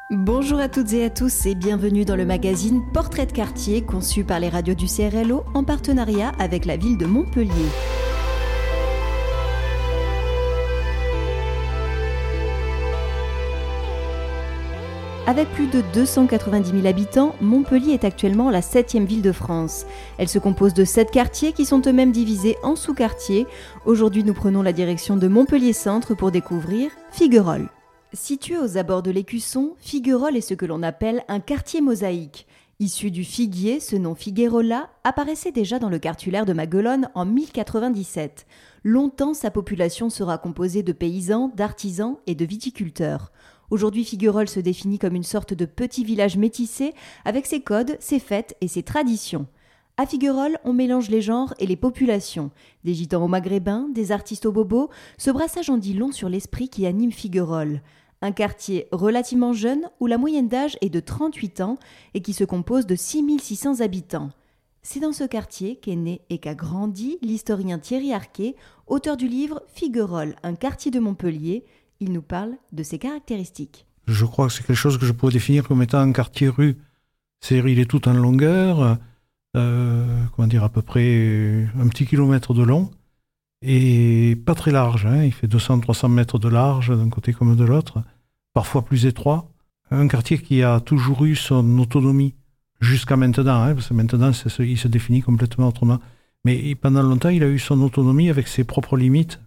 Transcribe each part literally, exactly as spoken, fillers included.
Bonjour à toutes et à tous et bienvenue dans le magazine Portrait de quartier conçu par les radios du C R L O en partenariat avec la ville de Montpellier. Avec plus de deux cent quatre-vingt-dix mille habitants, Montpellier est actuellement la septième ville de France. Elle se compose de sept quartiers qui sont eux-mêmes divisés en sous-quartiers. Aujourd'hui, nous prenons la direction de Montpellier Centre pour découvrir Figuerolles. Situé aux abords de l'Écusson, Figuerolles est ce que l'on appelle un quartier mosaïque. Issu du figuier, ce nom Figuerola apparaissait déjà dans le cartulaire de Maguelone en mille quatre-vingt-dix-sept. Longtemps, sa population sera composée de paysans, d'artisans et de viticulteurs. Aujourd'hui, Figuerolles se définit comme une sorte de petit village métissé avec ses codes, ses fêtes et ses traditions. À Figuerolles, on mélange les genres et les populations. Des gitans aux maghrébins, des artistes aux bobos, ce brassage en dit long sur l'esprit qui anime Figuerolles. Un quartier relativement jeune où la moyenne d'âge est de trente-huit ans et qui se compose de six mille six cents habitants. C'est dans ce quartier qu'est né et qu'a grandi l'historien Thierry Arquet, auteur du livre Figuerolles, un quartier de Montpellier. Il nous parle de ses caractéristiques. Je crois que c'est quelque chose que je pourrais définir comme étant un quartier-rue. C'est-à-dire il est tout en longueur, euh, comment dire, à peu près un petit kilomètre de long, et pas très large, hein. Il fait deux cents à trois cents mètres de large d'un côté comme de l'autre, parfois plus étroit. Un quartier qui a toujours eu son autonomie jusqu'à maintenant, hein, parce que maintenant c'est, il se définit complètement autrement. Mais pendant longtemps, il a eu son autonomie avec ses propres limites.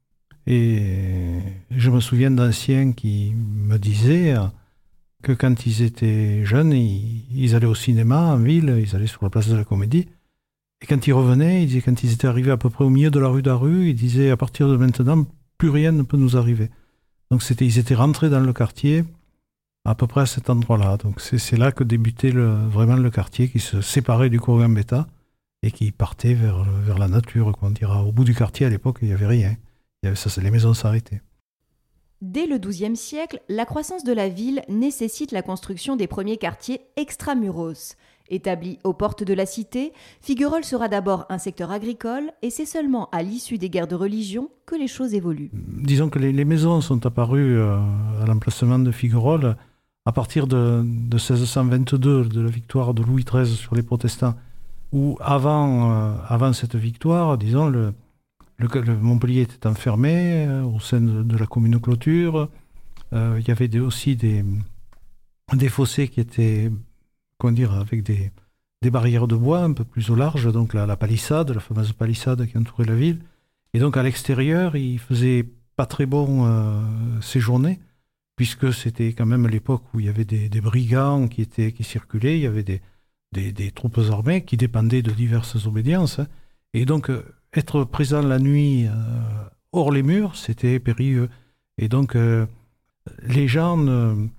Et je me souviens d'anciens qui me disaient que quand ils étaient jeunes, ils, ils allaient au cinéma en ville, ils allaient sur la place de la Comédie. Et quand ils revenaient, ils disaient, quand ils étaient arrivés à peu près au milieu de la rue d'Aru, ils disaient à partir de maintenant, plus rien ne peut nous arriver. Donc c'était, ils étaient rentrés dans le quartier à peu près à cet endroit-là. Donc c'est, c'est là que débutait le, vraiment le quartier qui se séparait du Kourou-en-Betta et qui partait vers, vers la nature, qu'on dira. Au bout du quartier, à l'époque, il n'y avait rien. Il y avait ça, les maisons s'arrêtaient. Dès le douzième siècle, la croissance de la ville nécessite la construction des premiers quartiers extramuros. Établi aux portes de la cité, Figuerolles sera d'abord un secteur agricole et c'est seulement à l'issue des guerres de religion que les choses évoluent. Disons que les, les maisons sont apparues euh, à l'emplacement de Figuerolles à partir de, de seize cent vingt-deux, de la victoire de Louis treize sur les protestants, où avant, euh, avant cette victoire, disons, le Le, le Montpellier était enfermé euh, au sein de, de la commune clôture. Euh, il y avait des, aussi des, des fossés qui étaient, comment dire, avec des, des barrières de bois un peu plus au large, donc la, la palissade, la fameuse palissade qui entourait la ville. Et donc à l'extérieur, il faisait pas très bon euh, séjourner, puisque c'était quand même l'époque où il y avait des, des brigands qui, étaient, qui circulaient, il y avait des, des, des troupes armées qui dépendaient de diverses obédiences. Hein. Et donc, euh, être présent la nuit euh, hors les murs, c'était périlleux. Et donc, euh, les gens euh,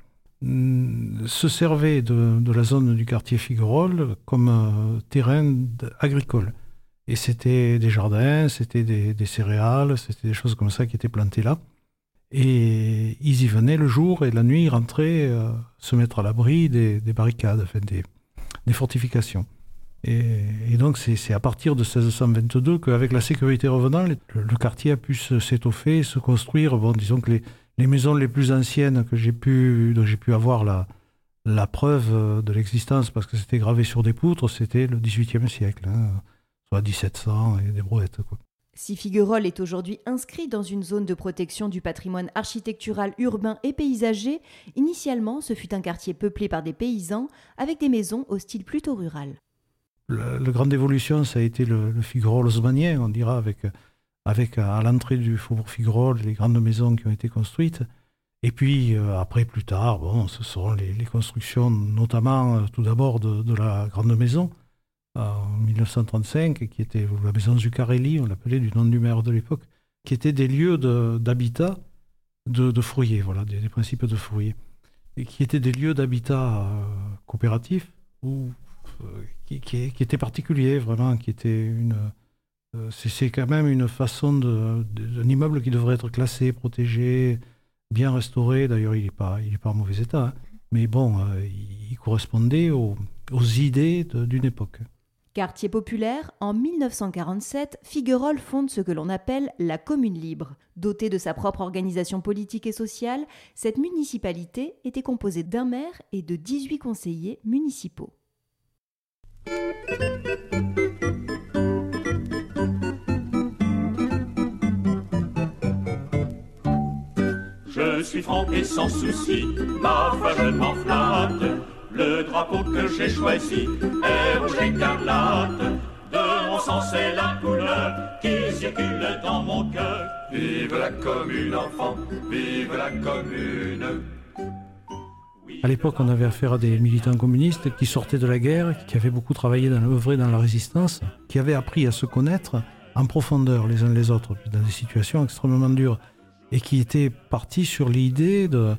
se servaient de, de la zone du quartier Figuerolles comme euh, terrain agricole. Et c'était des jardins, c'était des, des céréales, c'était des choses comme ça qui étaient plantées là. Et ils y venaient le jour et la nuit, ils rentraient euh, se mettre à l'abri des, des barricades, enfin des, des fortifications. Et, et donc c'est, c'est à partir de seize cent vingt-deux qu'avec la sécurité revenant, le, le quartier a pu se, s'étoffer, se construire. Bon, disons que les, les maisons les plus anciennes que j'ai pu, dont j'ai pu avoir la, la preuve de l'existence, parce que c'était gravé sur des poutres, c'était le dix-huitième siècle, hein, soit dix-sept cents et des brouettes, quoi. Si Figuerolles est aujourd'hui inscrit dans une zone de protection du patrimoine architectural urbain et paysager, initialement ce fut un quartier peuplé par des paysans avec des maisons au style plutôt rural. La, la grande évolution, ça a été le, le Figuerolles haussmannien, on dira, avec, avec à l'entrée du faubourg Figuerolles, les grandes maisons qui ont été construites. Et puis, euh, après, plus tard, bon, ce seront les, les constructions, notamment, euh, tout d'abord, de, de la grande maison, euh, en dix-neuf cent trente-cinq, qui était la maison Zuccarelli, on l'appelait du nom du maire de l'époque, qui étaient des lieux de, d'habitat de, de fourriers, voilà, des, des principes de fourriers, et qui étaient des lieux d'habitat euh, coopératif, où Qui, qui, qui était particulier, vraiment, qui était une... Euh, c'est, c'est quand même une façon de, de, d'un immeuble qui devrait être classé, protégé, bien restauré. D'ailleurs, il n'est pas, il est pas en mauvais état, hein. Mais bon, euh, il correspondait aux, aux idées de, d'une époque. Quartier populaire, en dix-neuf cent quarante-sept, Figueroles fonde ce que l'on appelle la Commune libre. Dotée de sa propre organisation politique et sociale, cette municipalité était composée d'un maire et de dix-huit conseillers municipaux. Je suis franc et sans souci, ma foi je m'en flatte. Le drapeau que j'ai choisi est rouge écarlate. De mon sang c'est la couleur qui circule dans mon cœur. Vive la commune enfant, vive la commune. À l'époque, on avait affaire à des militants communistes qui sortaient de la guerre, qui avaient beaucoup travaillé dans l'œuvre dans la résistance, qui avaient appris à se connaître en profondeur les uns les autres, dans des situations extrêmement dures, et qui étaient partis sur l'idée de,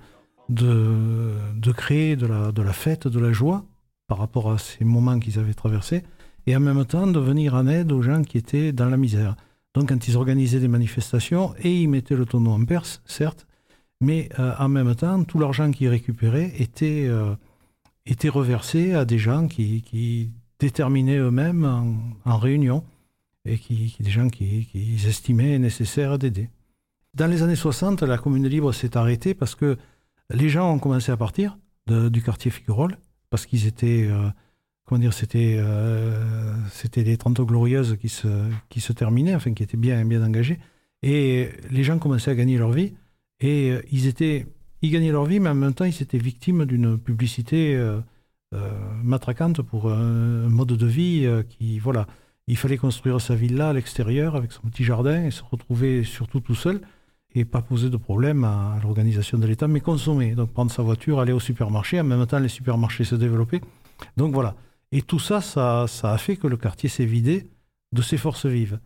de, de créer de la, de la fête, de la joie, par rapport à ces moments qu'ils avaient traversés, et en même temps de venir en aide aux gens qui étaient dans la misère. Donc quand ils organisaient des manifestations, et ils mettaient le tonneau en Perse, certes, mais euh, en même temps, tout l'argent qu'ils récupéraient était, euh, était reversé à des gens qui, qui déterminaient eux-mêmes en, en réunion, et qui, qui, des gens qu'ils qui estimaient nécessaire d'aider. Dans les années soixante, la Commune libre s'est arrêtée parce que les gens ont commencé à partir de, du quartier Figueroles, parce qu'ils étaient, euh, comment dire, c'était, euh, c'était les Trente Glorieuses qui se, qui se terminaient, enfin qui étaient bien, bien engagés, et les gens commençaient à gagner leur vie, et euh, ils étaient, ils gagnaient leur vie, mais en même temps, ils étaient victimes d'une publicité euh, euh, matraquante pour un, un mode de vie euh, qui, voilà, il fallait construire sa villa à l'extérieur avec son petit jardin et se retrouver surtout tout seul, et pas poser de problème à l'organisation de l'État, mais consommer. Donc prendre sa voiture, aller au supermarché, en même temps les supermarchés se développaient. Donc voilà. Et tout ça, ça, ça a fait que le quartier s'est vidé de ses forces vives.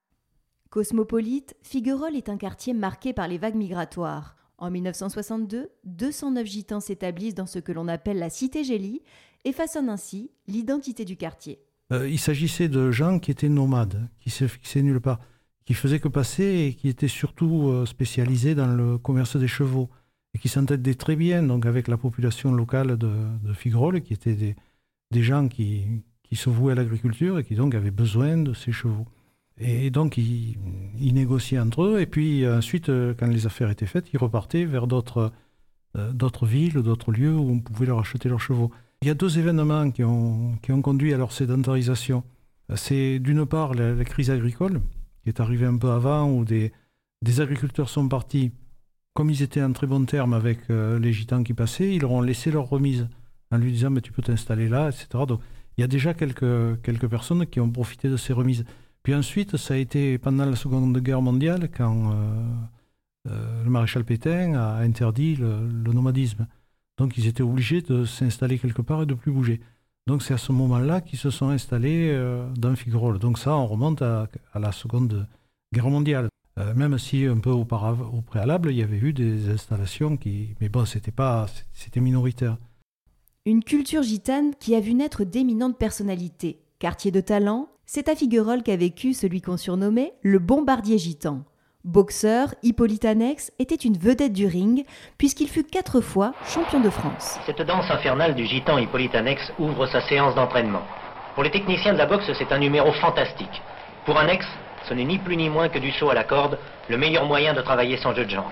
Cosmopolite, Figueroles est un quartier marqué par les vagues migratoires. En dix-neuf cent soixante-deux, deux cent neuf gitans s'établissent dans ce que l'on appelle la Cité Gélie et façonnent ainsi l'identité du quartier. Euh, il s'agissait de gens qui étaient nomades, qui se fixaient nulle part, qui faisaient que passer et qui étaient surtout euh, spécialisés dans le commerce des chevaux et qui s'entendaient très bien donc, avec la population locale de, de Figueroles, qui étaient des, des gens qui, qui se vouaient à l'agriculture et qui donc avaient besoin de ces chevaux. Et donc ils, ils négociaient entre eux et puis ensuite, quand les affaires étaient faites, ils repartaient vers d'autres, euh, d'autres villes, d'autres lieux où on pouvait leur acheter leurs chevaux. Il y a deux événements qui ont, qui ont conduit à leur sédentarisation. C'est d'une part la, la crise agricole, qui est arrivée un peu avant, où des, des agriculteurs sont partis, comme ils étaient en très bon terme avec euh, les gitans qui passaient, ils leur ont laissé leur remise, en lui disant mais tu peux t'installer là, et cetera. Donc il y a déjà quelques, quelques personnes qui ont profité de ces remises. Puis ensuite, ça a été pendant la Seconde Guerre mondiale, quand euh, euh, le maréchal Pétain a interdit le, le nomadisme. Donc ils étaient obligés de s'installer quelque part et de ne plus bouger. Donc c'est à ce moment-là qu'ils se sont installés euh, dans Figueroles. Donc ça, on remonte à, à la Seconde Guerre mondiale. Euh, même si un peu auparavant, au préalable, il y avait eu des installations qui... Mais bon, c'était pas, c'était minoritaire. Une culture gitane qui a vu naître d'éminentes personnalités. Quartier de talent, c'est à Figueroles qu'a vécu celui qu'on surnommait le bombardier gitan. Boxeur, Hippolyte Annex était une vedette du ring, puisqu'il fut quatre fois champion de France. Cette danse infernale du gitan Hippolyte Annex ouvre sa séance d'entraînement. Pour les techniciens de la boxe, c'est un numéro fantastique. Pour Annex, ce n'est ni plus ni moins que du saut à la corde, le meilleur moyen de travailler son jeu de jambes.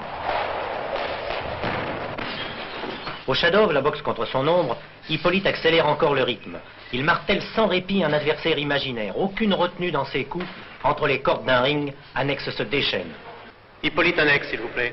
Au shadow, la boxe contre son ombre, Hippolyte accélère encore le rythme. Il martèle sans répit un adversaire imaginaire. Aucune retenue dans ses coups. Entre les cordes d'un ring, Annex se déchaîne. Hippolyte Annex, s'il vous plaît.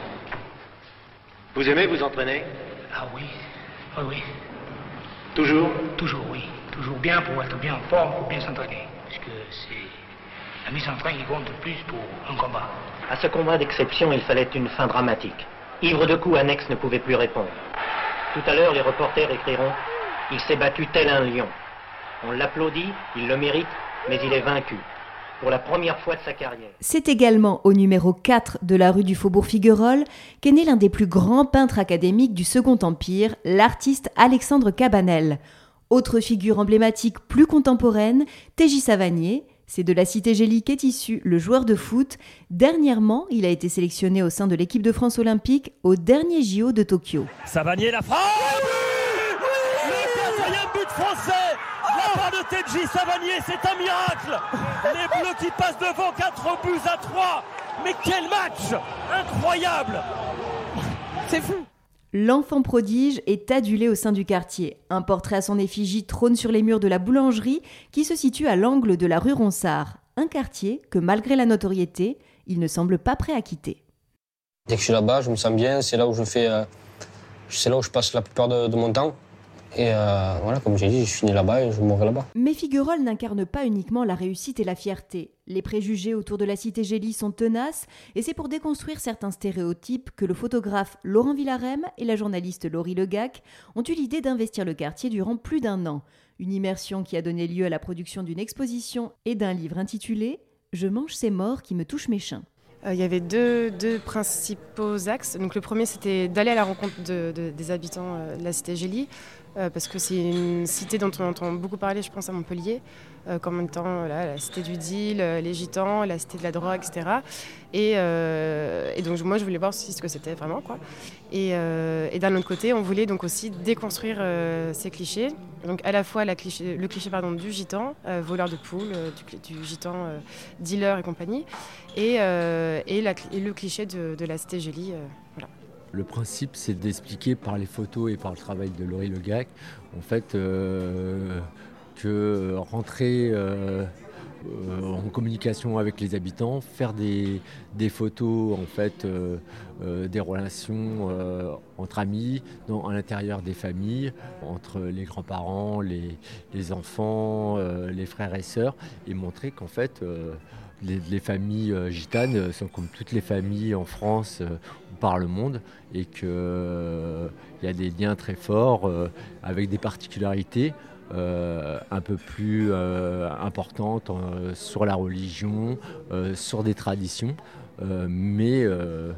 Vous aimez vous entraîner? Ah oui, oui, oui. Toujours? Toujours, oui. Toujours bien pour être bien en forme, pour bien s'entraîner. Parce que c'est la mise en train qui compte le plus pour un combat. À ce combat d'exception, il fallait une fin dramatique. Ivre de coups, Annex ne pouvait plus répondre. Tout à l'heure, les reporters écriront « Il s'est battu tel un lion ». On l'applaudit, il le mérite, mais il est vaincu. Pour la première fois de sa carrière. C'est également au numéro quatre de la rue du Faubourg Figueroles qu'est né l'un des plus grands peintres académiques du Second Empire, l'artiste Alexandre Cabanel. Autre figure emblématique plus contemporaine, T J Savanier. C'est de la Cité Gélie qu'est issu le joueur de foot. Dernièrement, il a été sélectionné au sein de l'équipe de France olympique au dernier J O de Tokyo. Savanier, la frappe! Le quatrième but français! La frappe de Tenji Savanier, c'est un miracle. Les Bleus qui passent devant quatre buts à trois. Mais quel match incroyable. C'est fou. L'enfant prodige est adulé au sein du quartier. Un portrait à son effigie trône sur les murs de la boulangerie qui se situe à l'angle de la rue Ronsard. Un quartier que, malgré la notoriété, il ne semble pas prêt à quitter. Dès que je suis là-bas, je me sens bien. C'est là où je fais, euh, c'est là où je passe la plupart de, de mon temps. Et euh, voilà, comme j'ai dit, je finis là-bas et je mourrai là-bas. Mais Figueroles n'incarne pas uniquement la réussite et la fierté. Les préjugés autour de la cité Gély sont tenaces et c'est pour déconstruire certains stéréotypes que le photographe Laurent Villarem et la journaliste Laurie Legac ont eu l'idée d'investir le quartier durant plus d'un an. Une immersion qui a donné lieu à la production d'une exposition et d'un livre intitulé « Je mange ces morts qui me touchent mes chiens ». Il y avait deux, deux principaux axes. Donc, le premier, c'était d'aller à la rencontre de, de, des habitants de la cité Gély, euh, parce que c'est une cité dont on entend beaucoup parler, je pense, à Montpellier, euh, comme étant là, la cité du deal, les gitans, la cité de la drogue, et cetera. Et, euh, et donc, moi, je voulais voir aussi ce que c'était vraiment, quoi. Et, euh, et d'un autre côté, on voulait donc aussi déconstruire euh, ces clichés. Donc, à la fois la cliché, le cliché pardon, du gitan, euh, voleur de poules, euh, du, du gitan euh, dealer et compagnie, et, euh, et, la, et le cliché de, de la cité Gély. Euh, voilà. Le principe, c'est d'expliquer par les photos et par le travail de Laurie Legac, en fait, euh, que rentrer euh, euh, en communication avec les habitants, faire des, des photos, en fait, euh, euh, des relations euh, entre amis, dans, à l'intérieur des familles, entre les grands-parents, les, les enfants, euh, les frères et sœurs, et montrer qu'en fait, euh, Les, les familles euh, gitanes sont comme toutes les familles en France euh, ou par le monde et qu'il euh, y a des liens très forts euh, avec des particularités euh, un peu plus euh, importantes euh, sur la religion, euh, sur des traditions, euh, mais euh,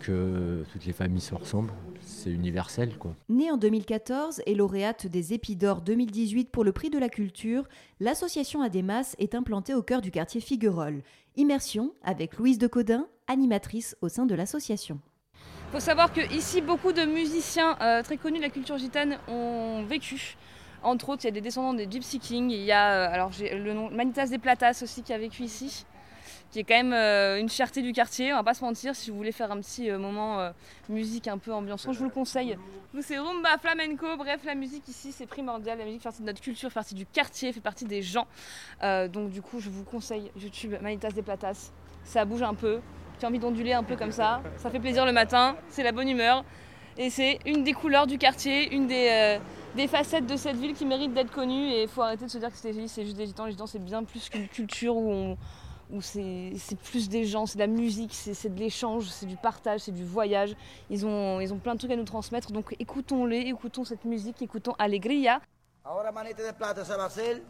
que toutes les familles se ressemblent. C'est universel, quoi. Née en deux mille quatorze et lauréate des Épidores deux mille dix-huit pour le prix de la culture, l'association Adémas est implantée au cœur du quartier Figueroles. Immersion avec Louise de Caudin, animatrice au sein de l'association. Il faut savoir qu'ici, beaucoup de musiciens euh, très connus de la culture gitane ont vécu. Entre autres, il y a des descendants des Gypsy Kings. Il y a euh, alors, j'ai le nom Manitas des Platas aussi qui a vécu ici, qui est quand même euh, une fierté du quartier, on va pas se mentir. Si vous voulez faire un petit euh, moment euh, musique un peu ambiançant, je vous le conseille. Donc c'est rumba, flamenco, bref, la musique ici c'est primordial. La musique fait partie de notre culture, fait partie du quartier, fait partie des gens. Euh, donc du coup, je vous conseille YouTube Manitas des Platas. Ça bouge un peu, tu as envie d'onduler un peu comme ça, ça fait plaisir le matin, c'est la bonne humeur. Et c'est une des couleurs du quartier, une des, euh, des facettes de cette ville qui mérite d'être connue. Et il faut arrêter de se dire que c'est, c'est juste des gitans. Les gitans c'est bien plus qu'une culture où on... où c'est, c'est plus des gens, c'est de la musique, c'est, c'est de l'échange, c'est du partage, c'est du voyage. Ils ont, ils ont plein de trucs à nous transmettre, donc écoutons-les, écoutons cette musique, écoutons Alegría. Ahora Manitas de Plata, ça va ser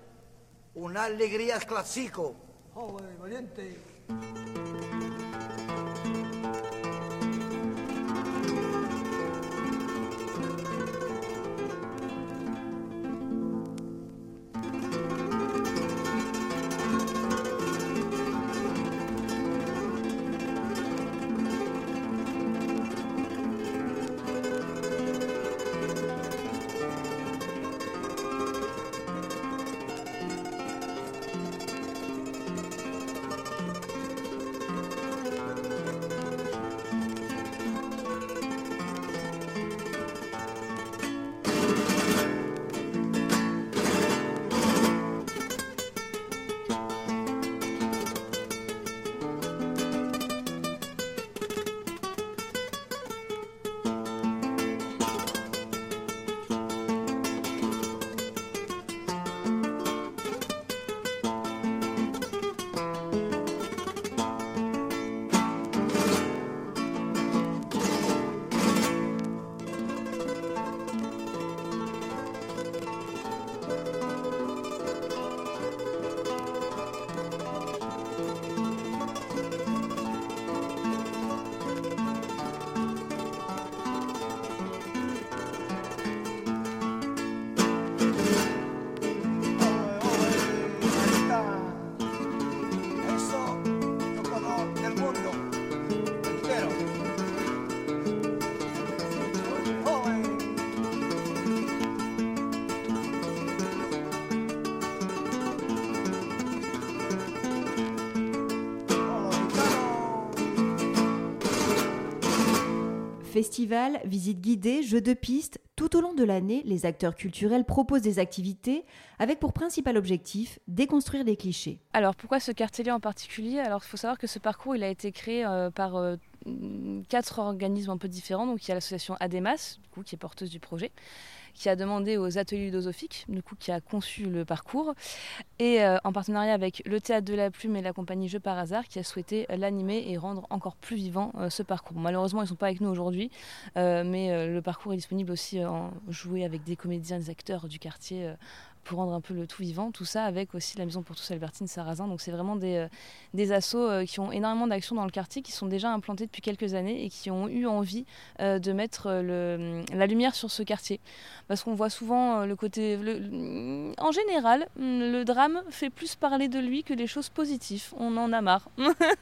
una alegría clásico. Oh, valiente. Festivals, visites guidées, jeux de piste, tout au long de l'année, les acteurs culturels proposent des activités avec pour principal objectif déconstruire les clichés. Alors pourquoi ce quartier-là en particulier ? Alors il faut savoir que ce parcours il a été créé euh, par euh, quatre organismes un peu différents. Donc il y a l'association Ademas, du coup, qui est porteuse du projet, qui a demandé aux ateliers ludosophiques, du coup, qui a conçu le parcours, et euh, en partenariat avec le Théâtre de la Plume et la compagnie Jeux par hasard, qui a souhaité l'animer et rendre encore plus vivant euh, ce parcours. Bon, malheureusement, ils ne sont pas avec nous aujourd'hui, euh, mais euh, le parcours est disponible aussi euh, en jouer avec des comédiens, des acteurs du quartier, euh, pour rendre un peu le tout vivant, tout ça avec aussi la Maison pour tous Albertine Sarrazin. Donc c'est vraiment des, euh, des assos euh, qui ont énormément d'actions dans le quartier, qui sont déjà implantés depuis quelques années et qui ont eu envie euh, de mettre euh, le, la lumière sur ce quartier. Parce qu'on voit souvent euh, le côté... Le, le, en général, le drame fait plus parler de lui que les choses positives. On en a marre.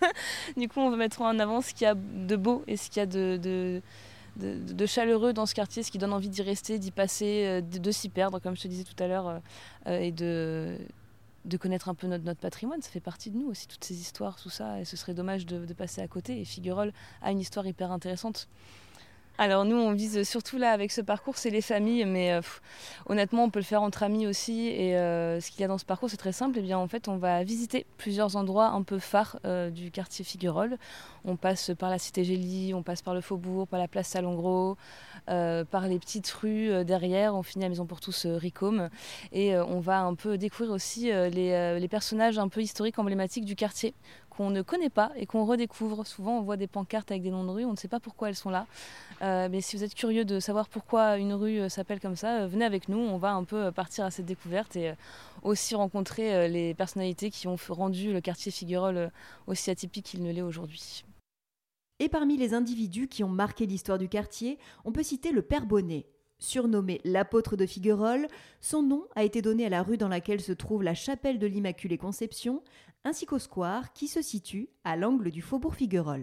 Du coup, on veut mettre en avant ce qu'il y a de beau et ce qu'il y a de... de De, de chaleureux dans ce quartier, ce qui donne envie d'y rester, d'y passer, de, de s'y perdre, comme je te disais tout à l'heure, euh, et de, de connaître un peu notre, notre patrimoine. Ça fait partie de nous aussi, toutes ces histoires, tout ça, et ce serait dommage de, de passer à côté. Et Figuerolles a une histoire hyper intéressante. Alors nous, on vise surtout là avec ce parcours, c'est les familles, mais euh, pff, honnêtement, on peut le faire entre amis aussi. Et euh, ce qu'il y a dans ce parcours, c'est très simple. Et bien, en fait, on va visiter plusieurs endroits un peu phares euh, du quartier Figuerolles. On passe par la cité Gély, on passe par le Faubourg, par la place Salon-Gros, euh, par les petites rues euh, derrière. On finit à Maison pour tous euh, Ricôme. Et euh, on va un peu découvrir aussi euh, les, euh, les personnages un peu historiques, emblématiques du quartier, qu'on ne connaît pas et qu'on redécouvre. Souvent, on voit des pancartes avec des noms de rues, on ne sait pas pourquoi elles sont là. Euh, mais si vous êtes curieux de savoir pourquoi une rue euh, s'appelle comme ça, euh, venez avec nous, on va un peu partir à cette découverte et euh, aussi rencontrer euh, les personnalités qui ont rendu le quartier Figuerolles euh, aussi atypique qu'il ne l'est aujourd'hui. Et parmi les individus qui ont marqué l'histoire du quartier, on peut citer le Père Bonnet. Surnommé l'apôtre de Figuerolles, son nom a été donné à la rue dans laquelle se trouve la chapelle de l'Immaculée Conception, ainsi qu'au square qui se situe à l'angle du faubourg Figuerolles.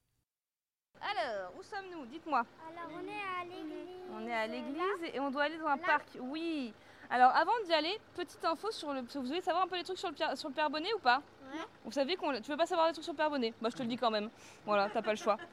Alors, où sommes-nous ? Dites-moi. Alors, on est à l'église. On est à l'église et on doit aller dans un là. parc. Oui. Alors, avant d'y aller, petite info sur le... Vous voulez savoir un peu les trucs sur le, Pierre... sur le Père Bonnet ou pas ? Ouais. Vous savez qu'on... Tu veux pas savoir des trucs sur le Père Bonnet ? Bah, je te le dis quand même. Voilà, t'as pas le choix.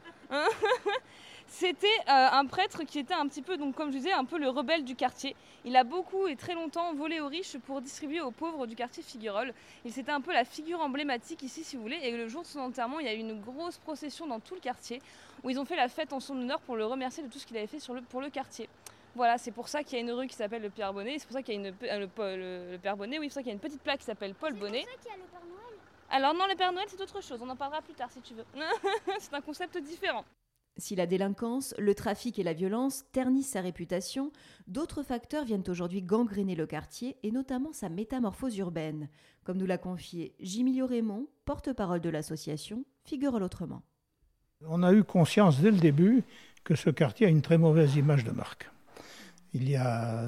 C'était euh, un prêtre qui était un petit peu, donc comme je disais, un peu le rebelle du quartier. Il a beaucoup et très longtemps volé aux riches pour distribuer aux pauvres du quartier Figuerolles. Il c'était un peu la figure emblématique ici, si vous voulez. Et le jour de son enterrement, il y a eu une grosse procession dans tout le quartier où ils ont fait la fête en son honneur pour le remercier de tout ce qu'il avait fait sur le, pour le quartier. Voilà, c'est pour ça qu'il y a une rue qui s'appelle le Père Bonnet. C'est pour ça qu'il y a une, le, le, le Père Bonnet, oui, c'est pour ça qu'il y a une petite plaque qui s'appelle Paul Bonnet. C'est pour ça qu'il y a le Père Noël. Alors non, le Père Noël, c'est autre chose. On en parlera plus tard si tu veux. C'est un concept différent. Si la délinquance, le trafic et la violence ternissent sa réputation, d'autres facteurs viennent aujourd'hui gangréner le quartier et notamment sa métamorphose urbaine, comme nous l'a confié Gimilio Raymond, porte-parole de l'association Figuerolles autrement. On a eu conscience dès le début que ce quartier a une très mauvaise image de marque. Il y a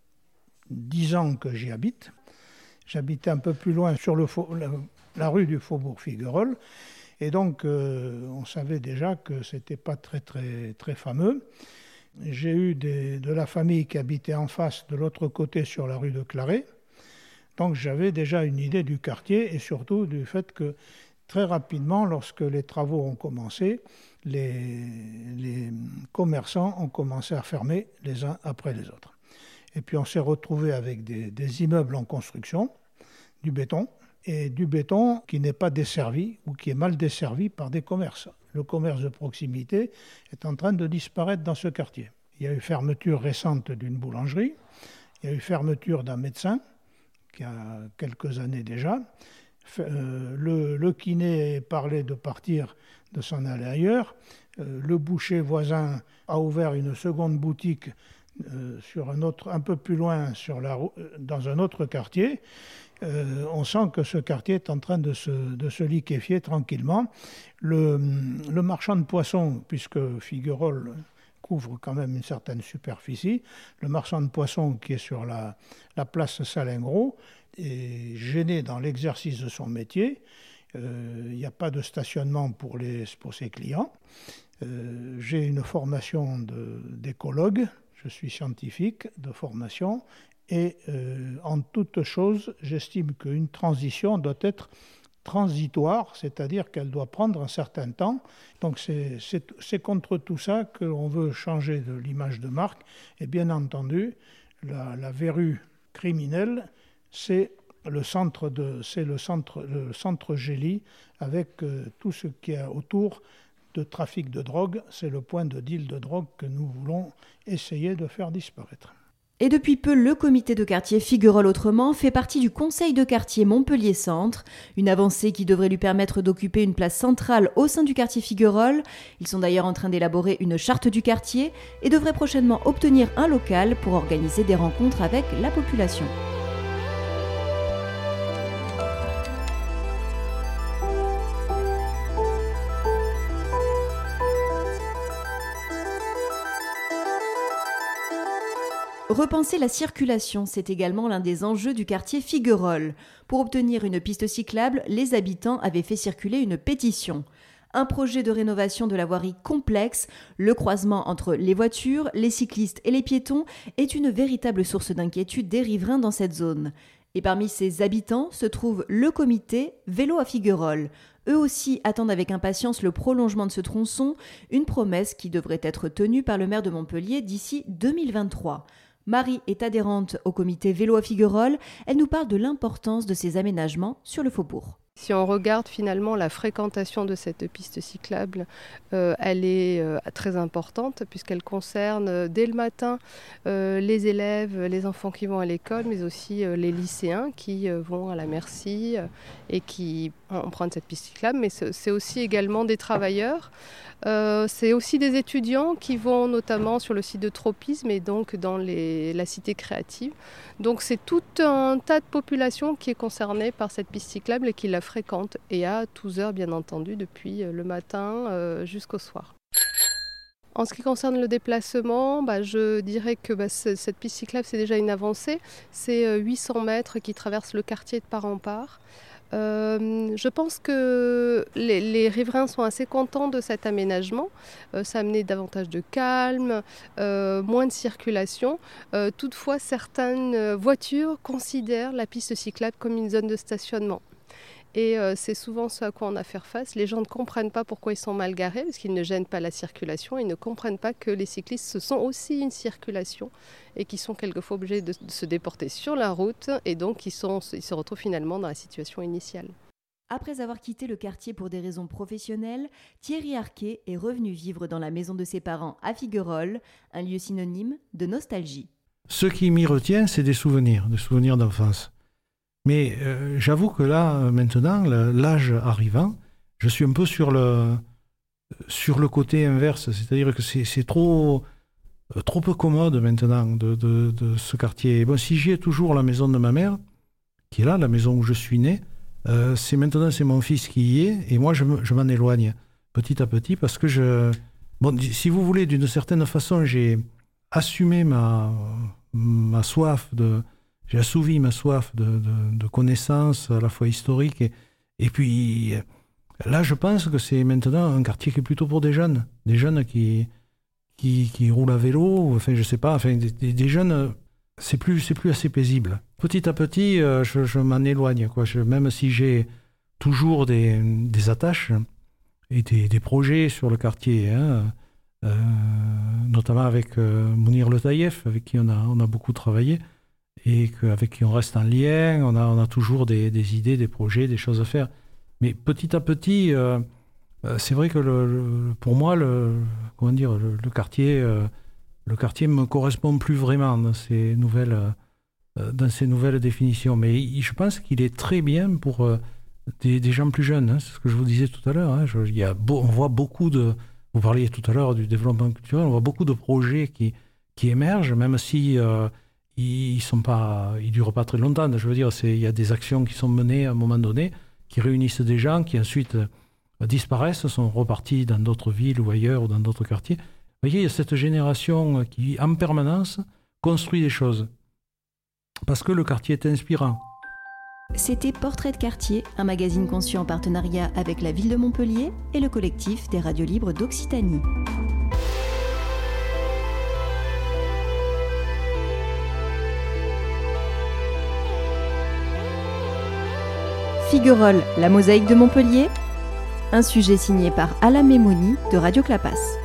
dix ans que j'y habite. J'habitais un peu plus loin sur le fau- la, la rue du Faubourg Figuerolles. Et donc, euh, on savait déjà que ce n'était pas très, très, très fameux. J'ai eu des, de la famille qui habitait en face, de l'autre côté, sur la rue de Claret. Donc, j'avais déjà une idée du quartier et surtout du fait que, très rapidement, lorsque les travaux ont commencé, les, les commerçants ont commencé à fermer les uns après les autres. Et puis, on s'est retrouvé avec des, des immeubles en construction, du béton, et du béton qui n'est pas desservi ou qui est mal desservi par des commerces. Le commerce de proximité est en train de disparaître dans ce quartier. Il y a eu fermeture récente d'une boulangerie, il y a eu fermeture d'un médecin, qui a quelques années déjà. Euh, le, le kiné parlait de partir, de s'en aller ailleurs. Euh, le boucher voisin a ouvert une seconde boutique euh, sur un, autre, un peu plus loin sur la, dans un autre quartier. Euh, on sent que ce quartier est en train de se, de se liquéfier tranquillement. Le, le marchand de poissons, puisque Figuerolles couvre quand même une certaine superficie, le marchand de poissons qui est sur la, la place Salingros est gêné dans l'exercice de son métier. Euh, il n'y a pas de stationnement pour, les, pour ses clients. Euh, j'ai une formation de, d'écologue, je suis scientifique de formation. Et euh, en toute chose, j'estime qu'une transition doit être transitoire, c'est-à-dire qu'elle doit prendre un certain temps. Donc c'est, c'est, c'est contre tout ça qu'on veut changer de l'image de marque. Et bien entendu, la, la verrue criminelle, c'est le centre, de, c'est le centre, le centre Gély, avec euh, tout ce qu'il y a autour de trafic de drogue. C'est le point de deal de drogue que nous voulons essayer de faire disparaître. Et depuis peu, le comité de quartier Figuerolles Autrement fait partie du conseil de quartier Montpellier-Centre, une avancée qui devrait lui permettre d'occuper une place centrale au sein du quartier Figuerolles. Ils sont d'ailleurs en train d'élaborer une charte du quartier et devraient prochainement obtenir un local pour organiser des rencontres avec la population. Repenser la circulation, c'est également l'un des enjeux du quartier Figuerolles. Pour obtenir une piste cyclable, les habitants avaient fait circuler une pétition. Un projet de rénovation de la voirie complexe, le croisement entre les voitures, les cyclistes et les piétons, est une véritable source d'inquiétude des riverains dans cette zone. Et parmi ces habitants se trouve le comité Vélo à Figuerolles. Eux aussi attendent avec impatience le prolongement de ce tronçon, une promesse qui devrait être tenue par le maire de Montpellier d'ici deux mille vingt-trois. Marie est adhérente au comité Vélo à Figuerolles. Elle nous parle de l'importance de ces aménagements sur le faubourg. Si on regarde finalement la fréquentation de cette piste cyclable, euh, elle est euh, très importante puisqu'elle concerne euh, dès le matin euh, les élèves, les enfants qui vont à l'école, mais aussi euh, les lycéens qui euh, vont à la Merci euh, et qui empruntent cette piste cyclable. Mais c'est, c'est aussi également des travailleurs. Euh, c'est aussi des étudiants qui vont notamment sur le site de Tropisme et donc dans les, la cité créative. Donc c'est tout un tas de population qui est concernée par cette piste cyclable et qui la fréquente et à douze heures bien entendu depuis le matin euh, jusqu'au soir. En ce qui concerne le déplacement, bah, je dirais que bah, cette piste cyclable c'est déjà une avancée. C'est huit cents mètres qui traversent le quartier de part en part. Euh, je pense que les, les riverains sont assez contents de cet aménagement. Euh, ça a amené davantage de calme, euh, moins de circulation. Euh, toutefois, certaines voitures considèrent la piste cyclable comme une zone de stationnement. Et euh, c'est souvent ce à quoi on a à faire face. Les gens ne comprennent pas pourquoi ils sont mal garés, parce qu'ils ne gênent pas la circulation. Ils ne comprennent pas que les cyclistes, ce sont aussi une circulation et qui sont quelquefois obligés de, de se déporter sur la route et donc ils, sont, ils se retrouvent finalement dans la situation initiale. Après avoir quitté le quartier pour des raisons professionnelles, Thierry Arquet est revenu vivre dans la maison de ses parents à Figuerolles, un lieu synonyme de nostalgie. Ce qui m'y retient, c'est des souvenirs, des souvenirs d'enfance. Mais euh, j'avoue que là, maintenant, l'âge arrivant, je suis un peu sur le, sur le côté inverse. C'est-à-dire que c'est, c'est trop, trop peu commode maintenant de, de, de ce quartier. Bon, si j'y ai toujours la maison de ma mère, qui est là, la maison où je suis né, euh, c'est maintenant c'est mon fils qui y est, et moi je, me, je m'en éloigne petit à petit parce que je... Bon, si vous voulez, d'une certaine façon, j'ai assumé ma, ma soif de... J'ai assouvi ma soif de, de, de connaissances à la fois historiques et, et puis là je pense que c'est maintenant un quartier qui est plutôt pour des jeunes, des jeunes qui, qui, qui roulent à vélo, enfin je sais pas, enfin des, des jeunes, c'est plus, c'est plus assez paisible. Petit à petit euh, je, je m'en éloigne, quoi. Je, même si j'ai toujours des, des attaches et des, des projets sur le quartier, hein, euh, notamment avec euh, Mounir Le Taïef, avec qui on a, on a beaucoup travaillé. Et avec qui on reste en lien, on a, on a toujours des, des idées, des projets, des choses à faire. Mais petit à petit, euh, c'est vrai que le, le, pour moi, le, comment dire, le, le quartier, euh, le quartier me correspond plus vraiment dans ces nouvelles, euh, dans ces nouvelles définitions. Mais je pense qu'il est très bien pour euh, des, des gens plus jeunes. Hein, c'est ce que je vous disais tout à l'heure. Hein. Je, il y a beau, on voit beaucoup de, vous parliez tout à l'heure du développement culturel, on voit beaucoup de projets qui, qui émergent, même si euh, ils sont pas, ils durent pas très longtemps. Je veux dire, c'est, il y a des actions qui sont menées à un moment donné, qui réunissent des gens, qui ensuite euh, disparaissent, sont repartis dans d'autres villes ou ailleurs ou dans d'autres quartiers. Vous voyez, il y a cette génération qui, en permanence, construit des choses. Parce que le quartier est inspirant. C'était Portrait de quartier, un magazine conçu en partenariat avec la ville de Montpellier et le collectif des radios libres d'Occitanie. Figuerolles, la mosaïque de Montpellier. Un sujet signé par Alain Mémoni de Radio Clapas.